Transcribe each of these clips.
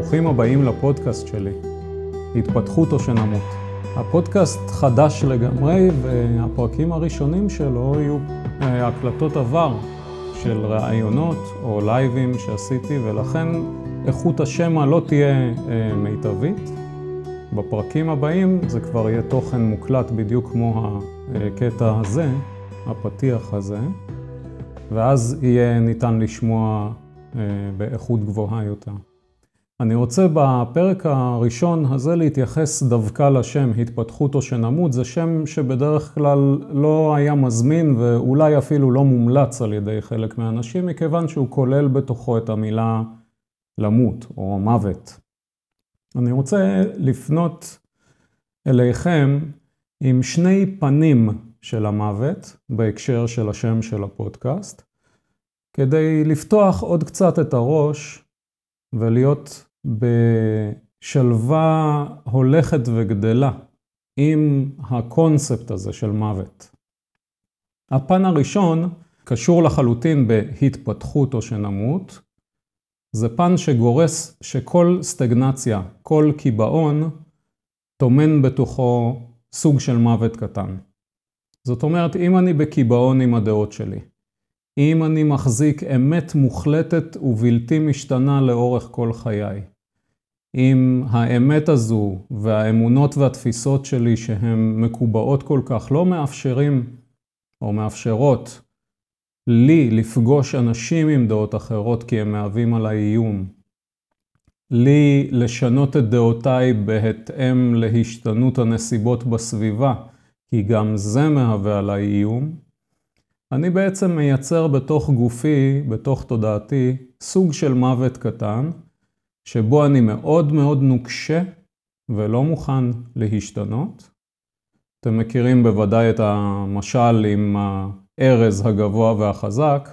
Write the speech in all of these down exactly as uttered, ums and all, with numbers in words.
ברוכים הבאים לפודקאסט שלי, התפתחות או שנמות. הפודקאסט חדש לגמרי והפרקים הראשונים שלו יהיו הקלטות עבר של ראיונות או לייבים שעשיתי, ולכן איכות השמע לא תהיה מיטבית. בפרקים הבאים זה כבר יהיה תוכן מוקלט בדיוק כמו הקטע הזה, הפתיח הזה, ואז יהיה ניתן לשמוע באיכות גבוהה יותר. אני רוצה בפרק הראשון הזה להתייחס דווקא לשם התפתחות או שנמות. זה שם שבדרך כלל לא היה מזמין ואולי אפילו לא מומלץ על ידי חלק מהאנשים, מכיוון שהוא כולל בתוכו את המילה למות או מוות. אני רוצה לפנות אליכם עם שני פנים של המוות בהקשר של השם של הפודקאסט, כדי לפתוח עוד קצת את הראש ולהיות בשלווה הולכת וגדלה עם הקונספט הזה של מוות. הפן הראשון קשור לחלוטין בהתפתחות או שנמות. זה פן שגורס שכל סטגנציה, כל קיבעון, טומן בתוכו סוג של מוות קטן. זאת אומרת, אם אני בקיבעון עם הדעות שלי, אם אני מחזיק אמת מוחלטת ובלתי משתנה לאורך כל חיי, אם האמת הזו והאמונות והתפיסות שלי שהן מקובעות כל כך לא מאפשרים או מאפשרות לי לפגוש אנשים עם דעות אחרות כי הם מהווים עליי איום, לי לשנות את דעותיי בהתאם להשתנות הנסיבות בסביבה, כי גם זה מהווה עליי איום, אני בעצם מייצר בתוך גופי, בתוך תודעתי, סוג של מוות קטן, שבו אני מאוד מאוד נוקשה ולא מוכן להשתנות. אתם מכירים בוודאי את המשל עם הארז הגבוה והחזק,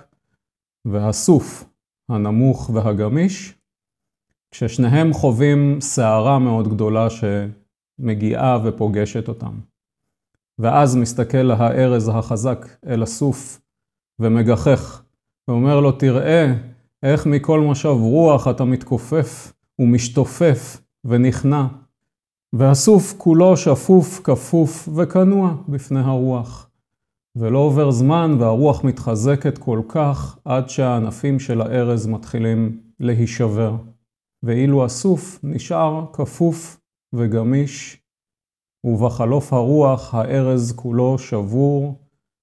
והסוף הנמוך והגמיש, כששניהם חווים סערה מאוד גדולה שמגיעה ופוגשת אותם. ואז מסתכל הארז החזק אל הסוף ומגחך, ואומר לו, תראה איך מכל משב רוח אתה מתכופף ומשתופף ונכנע. והסוף כולו שפוף, כפוף וכנוע בפני הרוח. ולא עובר זמן והרוח מתחזקת כל כך עד שהענפים של הארז מתחילים להישבר. ואילו הסוף נשאר כפוף וגמיש, ובחלוף הרוח הארז כולו שבור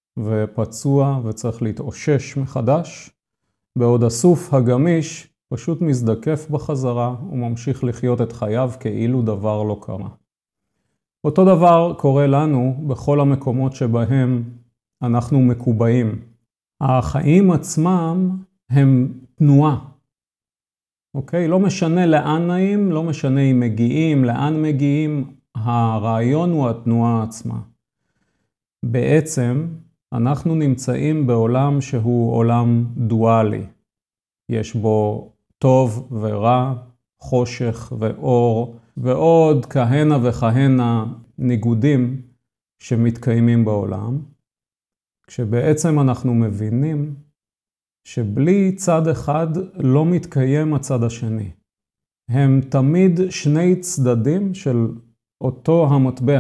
ופצוע וצריך להתאושש מחדש, בעוד הסוף הגמיש פשוט מזדקף בחזרה וממשיך לחיות את חייו כאילו דבר לא קרה. אותו דבר קורה לנו בכל המקומות שבהם אנחנו מקובעים. החיים עצמם הם תנועה. אוקיי? לא משנה לאן נעים, לא משנה אם מגיעים, לאן מגיעים, הרעיון הוא התנועה עצמה. בעצם אנחנו נמצאים בעולם שהוא עולם דואלי. יש בו טוב ורע, חושך ואור, ועוד כהנה וכהנה ניגודים שמתקיימים בעולם, כשבעצם אנחנו מבינים שבלי צד אחד לא מתקיים הצד השני. הם תמיד שני צדדים של אותו המטבע.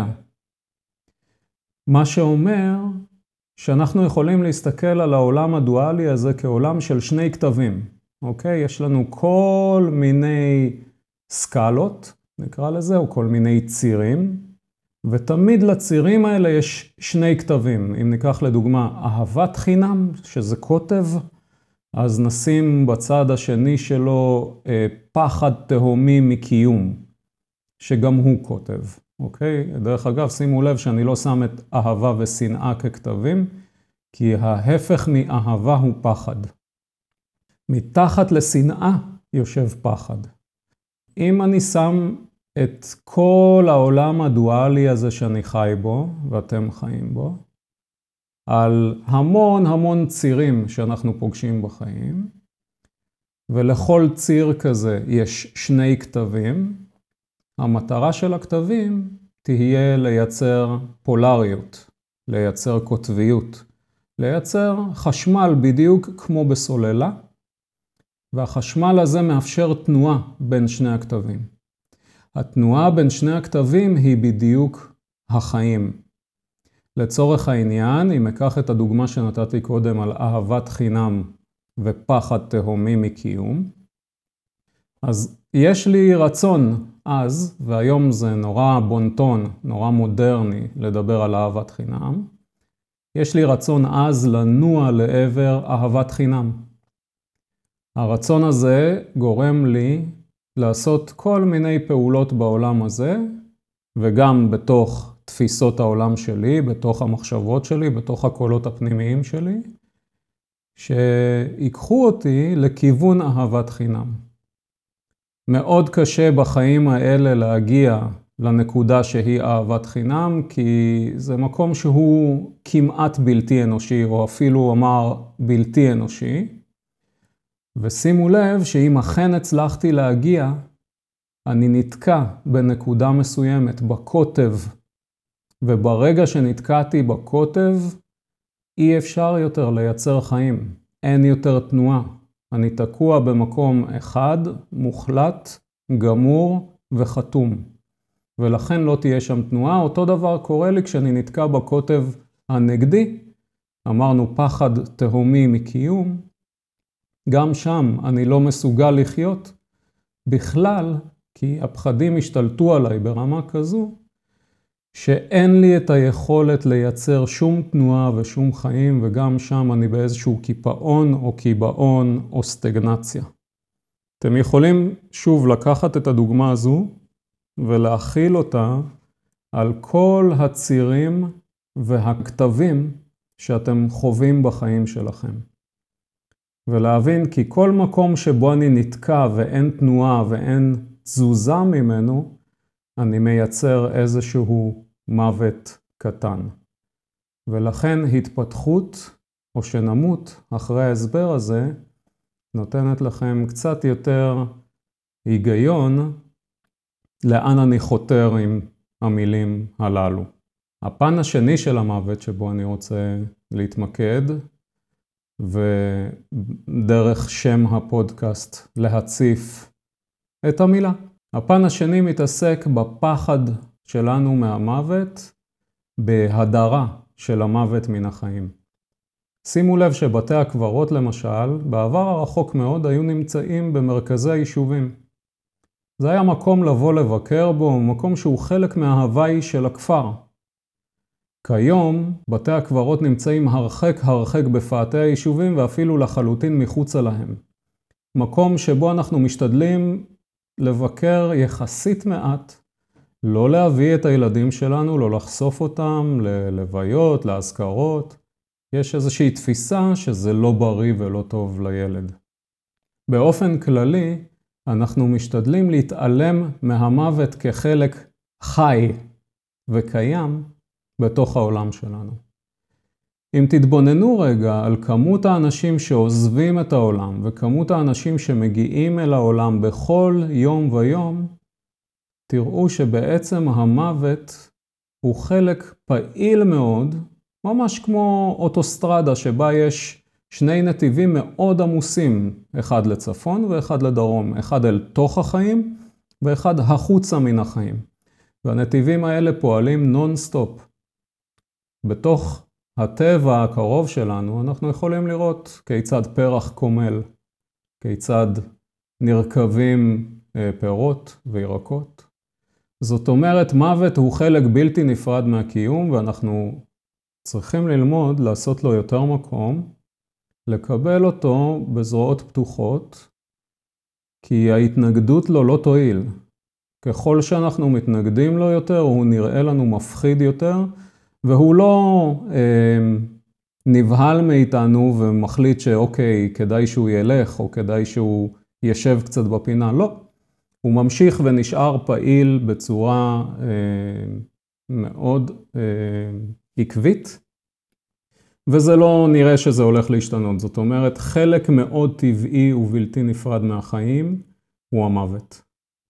מה שאומר שאנחנו יכולים להסתכל על העולם הדואלי הזה כעולם של שני כתבים. אוקיי? יש לנו כל מיני סקלות, נקרא לזה, או כל מיני צירים, ותמיד לצירים האלה יש שני כתבים. אם ניקח לדוגמה אהבת חינם, שזה כותב, אז נשים בצד השני שלו אה, פחד תהומי מקיום, שגם הוא כותב. אוקיי? דרך אגב, שימו לב שאני לא שם את אהבה ושנאה ככתבים, כי ההפך מאהבה הוא פחד. מתחת לשנאה יושב פחד. אם אני שם את כל העולם הדואלי הזה שאני חי בו, ואתם חיים בו, על המון המון צירים שאנחנו פוגשים בחיים, ולכל ציר כזה יש שני כתבים, המטרה של הכתבים תהיה לייצר פולריות, לייצר קוטביות, לייצר חשמל בדיוק כמו בסוללה, והחשמל הזה מאפשר תנועה בין שני הכתבים. התנועה בין שני הכתבים היא בדיוק החיים. לצורך העניין, אם אקח את הדוגמה שנתתי קודם על אהבת חינם ופחד תהומי מקיום, אז יש לי רצון אז, והיום זה נורא בונטון, נורא מודרני לדבר על אהבת חינם, יש לי רצון אז לנוע לעבר אהבת חינם. הרצון הזה גורם לי לעשות כל מיני פעולות בעולם הזה, וגם בתוך תפיסות העולם שלי, בתוך המחשבות שלי, בתוך הקולות הפנימיים שלי, שיקחו אותי לכיוון אהבת חינם. מאוד קשה בחיים האלה להגיע לנקודה שהיא אהבת חינם, כי זה מקום שהוא כמעט בלתי אנושי, או אפילו אמר בלתי אנושי. ושימו לב שאם אכן הצלחתי להגיע, אני נתקע בנקודה מסוימת, בקוטב. וברגע שנתקעתי בקוטב, אי אפשר יותר לייצר חיים. אין יותר תנועה. אני תקוע במקום אחד, מוחלט, גמור וחתום. ולכן לא תהיה שם תנועה. אותו דבר קורה לי כשאני נתקע בקוטב הנגדי. אמרנו פחד תהומי מקיום. גם שם אני לא מסוגל לחיות בכלל, כי הפחדים השתלטו עליי ברמה כזו, שאין לי את היכולת לייצר שום תנועה ושום חיים, וגם שם אני באיזשהו קיפאון או קיבעון או סטגנציה. אתם יכולים שוב לקחת את הדוגמה הזו ולהכיל אותה על כל הצירים והכתבים שאתם חווים בחיים שלכם. ולהבין כי כל מקום שבו אני נתקע ואין תנועה ואין תזוזה ממנו, אני מייצר איזשהו מוות קטן. ולכן התפתחות או שנמות אחרי ההסבר הזה, נותנת לכם קצת יותר היגיון לאן אני חותר עם המילים הללו. הפן השני של המוות שבו אני רוצה להתמקד, ודרך שם הפודקאסט להציף את המילה. הפן השני מתעסק בפחד שלנו מהמוות, בהדרה של המוות מן החיים. שימו לב שבתי הקברות למשל, בעבר הרחוק מאוד היו נמצאים במרכזי היישובים. זה היה מקום לבוא לבקר בו, מקום שהוא חלק מההוואי של הכפר. כיום בתי הקברות נמצאים הרחק הרחק בפאתי היישובים ואפילו לחלוטין מחוצה להם. מקום שבו אנחנו משתדלים לבקר יחסית מעט, לא להביא את הילדים שלנו, לא לחשוף אותם ללוויות, להזכרות. יש איזושהי תפיסה שזה לא בריא ולא טוב לילד. באופן כללי, אנחנו משתדלים להתעלם מהמוות כחלק חי וקיים בתוך העולם שלנו. אם תתבוננו רגע על כמות האנשים שעוזבים את העולם וכמות האנשים שמגיעים אל העולם בכל יום ויום, תראו שבעצם המוות הוא חלק פעיל מאוד, ממש כמו אוטוסטרדה שבה יש שני נתיבים מאוד עמוסים, אחד לצפון ואחד לדרום, אחד אל תוך החיים ואחד החוצה מן החיים. והנתיבים האלה פועלים נון-סטופ. בתוך הטבע הקרוב שלנו אנחנו יכולים לראות כיצד פרח קומל, כיצד נרכבים פירות וירקות. זאת אומרת, מוות הוא חלק בלתי נפרד מהקיום, ואנחנו צריכים ללמוד לעשות לו יותר מקום, לקבל אותו בזרועות פתוחות, כי ההתנגדות לו לא תועיל. ככל שאנחנו מתנגדים לו יותר, הוא נראה לנו מפחיד יותר, והוא לא אה, נבהל מאיתנו ומחליט שאוקיי, כדאי שהוא ילך, או כדאי שהוא ישב קצת בפינה. לא. הוא ממשיך ונשאר פעיל בצורה אה, מאוד אה, עקבית, וזה לא נראה שזה הולך להשתנות. זאת אומרת, חלק מאוד טבעי ובלתי נפרד מהחיים הוא המוות.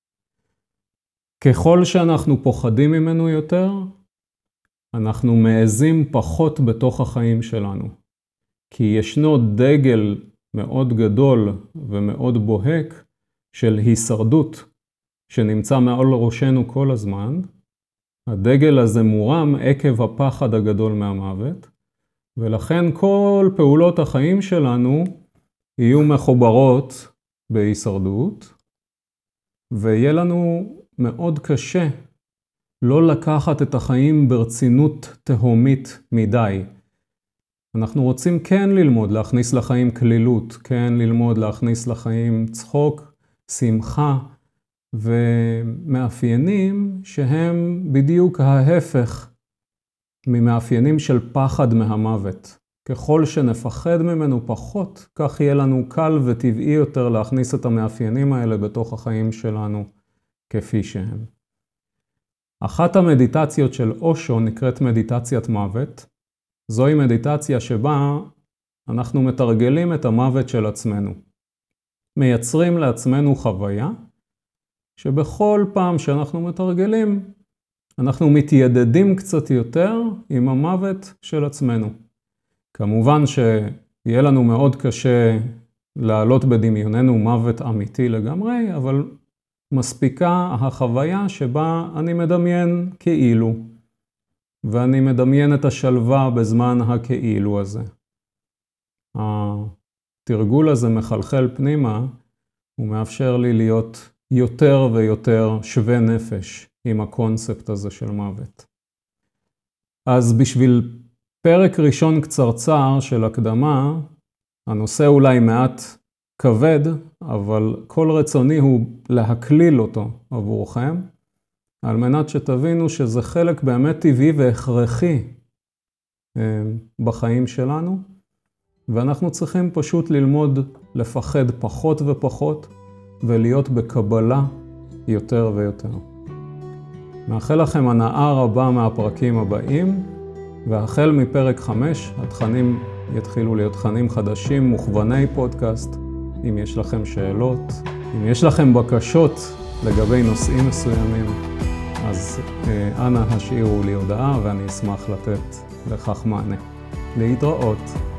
ככל שאנחנו פוחדים ממנו יותר, אנחנו מעזים פחות בתוך החיים שלנו. כי ישנו דגל מאוד גדול ומאוד בוהק של הישרדות שנמצא מעל ראשנו כל הזמן. הדגל הזה מורם עקב הפחד הגדול מהמוות, ולכן כל פעולות החיים שלנו יהיו מחוברות בהישרדות, ויהיה לנו מאוד קשה לא לקחת את החיים ברצינות תהומית מדי. אנחנו רוצים כן ללמוד להכניס לחיים כלילות, כן ללמוד להכניס לחיים צחוק, שמחה, ומאפיינים שהם בדיוק ההפך ממאפיינים של פחד מהמוות. ככל שנפחד ממנו פחות, כך יהיה לנו קל וטבעי יותר להכניס את המאפיינים האלה בתוך החיים שלנו כפי שהם. אחת המדיטציות של אושו נקראת מדיטציית מוות. זוהי מדיטציה שבה אנחנו מתרגלים את המוות של עצמנו. מייצרים לעצמנו חוויה שבכל פעם שאנחנו מתרגלים, אנחנו מתיידדים קצת יותר עם המוות של עצמנו. כמובן שיהיה לנו מאוד קשה לעלות בדמיוננו מוות אמיתי לגמרי, אבל מספיקה החוויה שבה אני מדמיין כאילו, ואני מדמיין את השלווה בזמן הכאילו הזה. התרגול הזה מחלחל פנימה, הוא מאפשר לי להיות יותר ויותר שווה נפש עם הקונספט הזה של מוות. אז בשביל פרק ראשון קצרצר של הקדמה, הנושא אולי מעט כבד, אבל כל רצוני הוא להקליל אותו עבורכם, על מנת שתבינו שזה חלק באמת טבעי והכרחי בחיים שלנו, ואנחנו צריכים פשוט ללמוד לפחד פחות ופחות, ולהיות בקבלה יותר ויותר. מאחל לכם הנאה רבה מהפרקים הבאים, והחל מפרק חמש, התכנים יתחילו להיות תכנים חדשים, מוכווני פודקאסט. אם יש לכם שאלות, אם יש לכם בקשות לגבי נושאים מסוימים, אז אנא השאירו לי הודעה ואני אשמח לתת לכך מענה. להתראות.